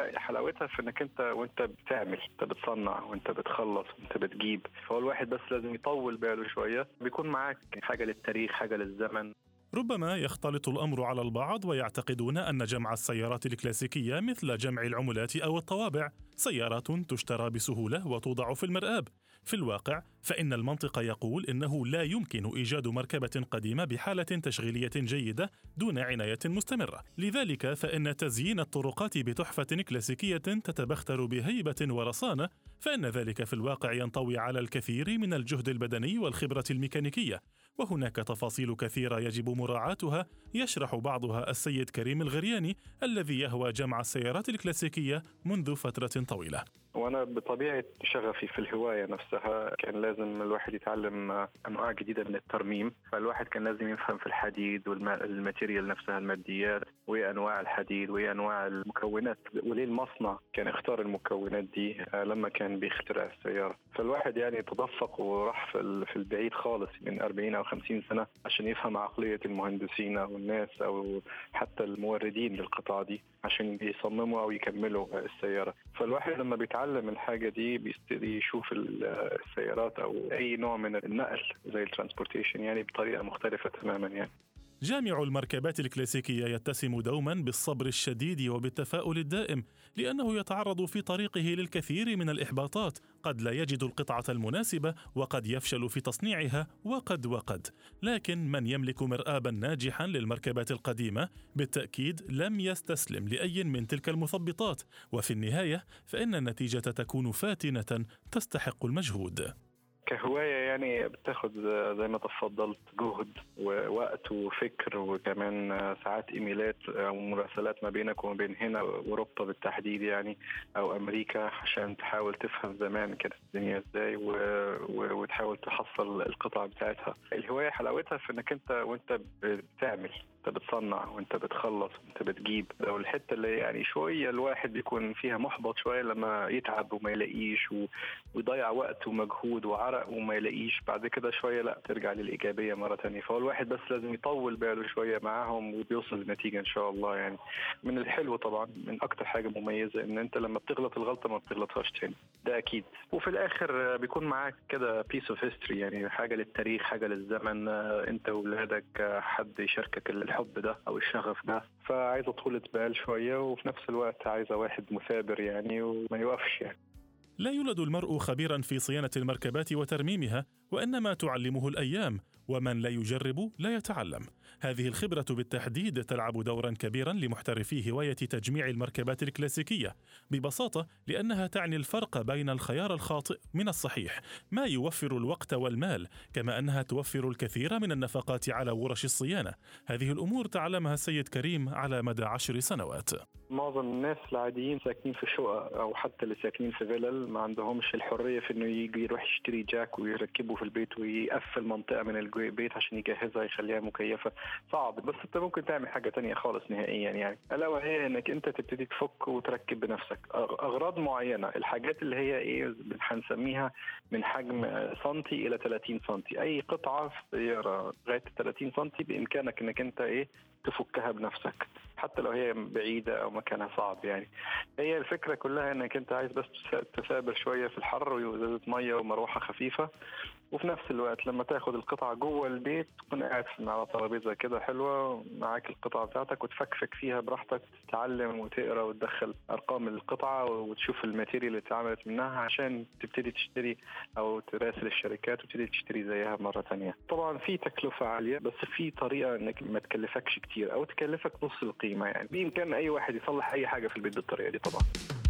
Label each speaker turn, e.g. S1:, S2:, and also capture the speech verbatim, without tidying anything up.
S1: هي حلاوتها في انك انت وانت بتعمل، انت بتصنع وانت بتخلص وانت بتجيب. فهو الواحد بس لازم يطول باله شوية، بيكون معاك حاجة للتاريخ، حاجة للزمن.
S2: ربما يختلط الأمر على البعض ويعتقدون أن جمع السيارات الكلاسيكية مثل جمع العملات أو الطوابع سيارات تشترى بسهولة وتوضع في المرآب. في الواقع فإن المنطق يقول إنه لا يمكن إيجاد مركبة قديمة بحالة تشغيلية جيدة دون عناية مستمرة. لذلك فإن تزيين الطرقات بتحفة كلاسيكية تتبختر بهيبة ورصانة، فإن ذلك في الواقع ينطوي على الكثير من الجهد البدني والخبرة الميكانيكية، وهناك تفاصيل كثيرة يجب مراعاتها يشرح بعضها السيد كريم الغرياني الذي يهوى جمع السيارات الكلاسيكية منذ فترة طويلة.
S1: وأنا بطبيعة شغفي في الهواية نفسها كان لازم الواحد يتعلم أنواع جديدة من الترميم، فالواحد كان لازم يفهم في الحديد والماتيريال نفسها، الماديات، وهي أنواع الحديد وهي أنواع المكونات، وليه المصنع كان اختار المكونات دي لما كان بيخترع السيارة. فالواحد يعني تدفق وراح في البعيد خالص من أربعين أو خمسين سنة عشان يفهم عقلية المهندسين أو الناس أو حتى الموردين للقطع دي عشان يصمموا أو يكملوا السيارة. فالواحد لما بيتعلم الحاجة دي بيستدي يشوف السيارات أو أي نوع من النقل زي الترانسبورتيشن يعني بطريقة مختلفة تماما يعني.
S2: جامع المركبات الكلاسيكية يتسم دوما بالصبر الشديد وبالتفاؤل الدائم، لأنه يتعرض في طريقه للكثير من الإحباطات، قد لا يجد القطعة المناسبة وقد يفشل في تصنيعها وقد وقد لكن من يملك مرآبا ناجحا للمركبات القديمة بالتأكيد لم يستسلم لأي من تلك المثبطات، وفي النهاية فإن النتيجة تكون فاتنة تستحق المجهود.
S1: كهواية يعني بتاخد زي ما تفضلت جهد ووقت وفكر، وكمان ساعات إيميلات أو مراسلات ما بينك وما بين هنا أوروبا بالتحديد يعني أو أمريكا عشان تحاول تفهم زمان كانت الدنيا إزاي و... و... وتحاول تحصل القطع بتاعتها. الهواية حلاوتها في إنك أنت وأنت بتعمل، أنت بتصنع وأنت بتخلص وأنت بتجيب. أو الحتة اللي يعني شوية الواحد بيكون فيها محبط شوية لما يتعب وما يلاقيش و... ويضيع وقت ومجهود وعرق وما يلاقيش، بعد كده شوية لا ترجع للإيجابية مرة تانية. فهو الواحد بس لازم يطول باله شوية معاهم وبيوصل لنتيجة إن شاء الله يعني. من الحلو طبعا من أكتر حاجة مميزة إن أنت لما بتغلط الغلطة ما بتغلطهاش تاني، ده أكيد. وفي الآخر بيكون معاك كده piece of history يعني حاجة للتاريخ، حاجة للزمن، أنت وولادك حد يشاركك الحب ده أو الشغف ده. فعايزة طولة بال شوية وفي نفس الوقت عايزة واحد مثابر يعني وما يوقفش يعني.
S2: لا يولد المرء خبيرا في صيانة المركبات وترميمها، وإنما تعلمه الأيام، ومن لا يجرب لا يتعلم. هذه الخبرة بالتحديد تلعب دورا كبيرا لمحترفي هواية تجميع المركبات الكلاسيكية، ببساطة لأنها تعني الفرق بين الخيار الخاطئ من الصحيح، ما يوفر الوقت والمال، كما أنها توفر الكثير من النفقات على ورش الصيانة. هذه الأمور تعلمها السيد كريم على مدى عشر سنوات.
S1: معظم الناس العاديين ساكنين في شقق أو حتى اللي ساكنين في فيلل ما عندهمش الحرية في إنه يجي يروح يشتري جاك ويركبه في البيت ويقفل منطقة من البيت عشان يجهزها يخليها مكيفة. صعب. بس انت ممكن تعمل حاجة تانية خالص نهائيا يعني، ألا وهي انك انت تبتدي تفك وتركب بنفسك اغراض معينة. الحاجات اللي هي ايه هنسميها من حجم سنتي الى ثلاثين سنتي، اي قطعة في سيارة لغاية ثلاثين سنتي بامكانك انك انت ايه تفكها بنفسك حتى لو هي بعيدة أو مكانها صعب يعني. هي الفكرة كلها أنك أنت عايز بس تثابر شوية في الحر وإزازة مية ومروحة خفيفة، وفي نفس الوقت لما تاخد القطعة جوه البيت تكون قاعد على ترابيزة كده حلوة معاك القطعة بتاعتك وتفكفك فيها براحتك، تتعلم وتقرأ وتدخل أرقام القطعة وتشوف الماتيريال اللي اتعملت منها عشان تبتدي تشتري أو تراسل الشركات وتبتدي تشتري زيها مرة تانية. طبعا في تكلفة عالية بس في طريقة أنك ما تكلفكش كتير أو تكلفك نص القيمة يعني. بإمكان أي واحد يصلح أي حاجة في البيت بالطريقة دي طبعا.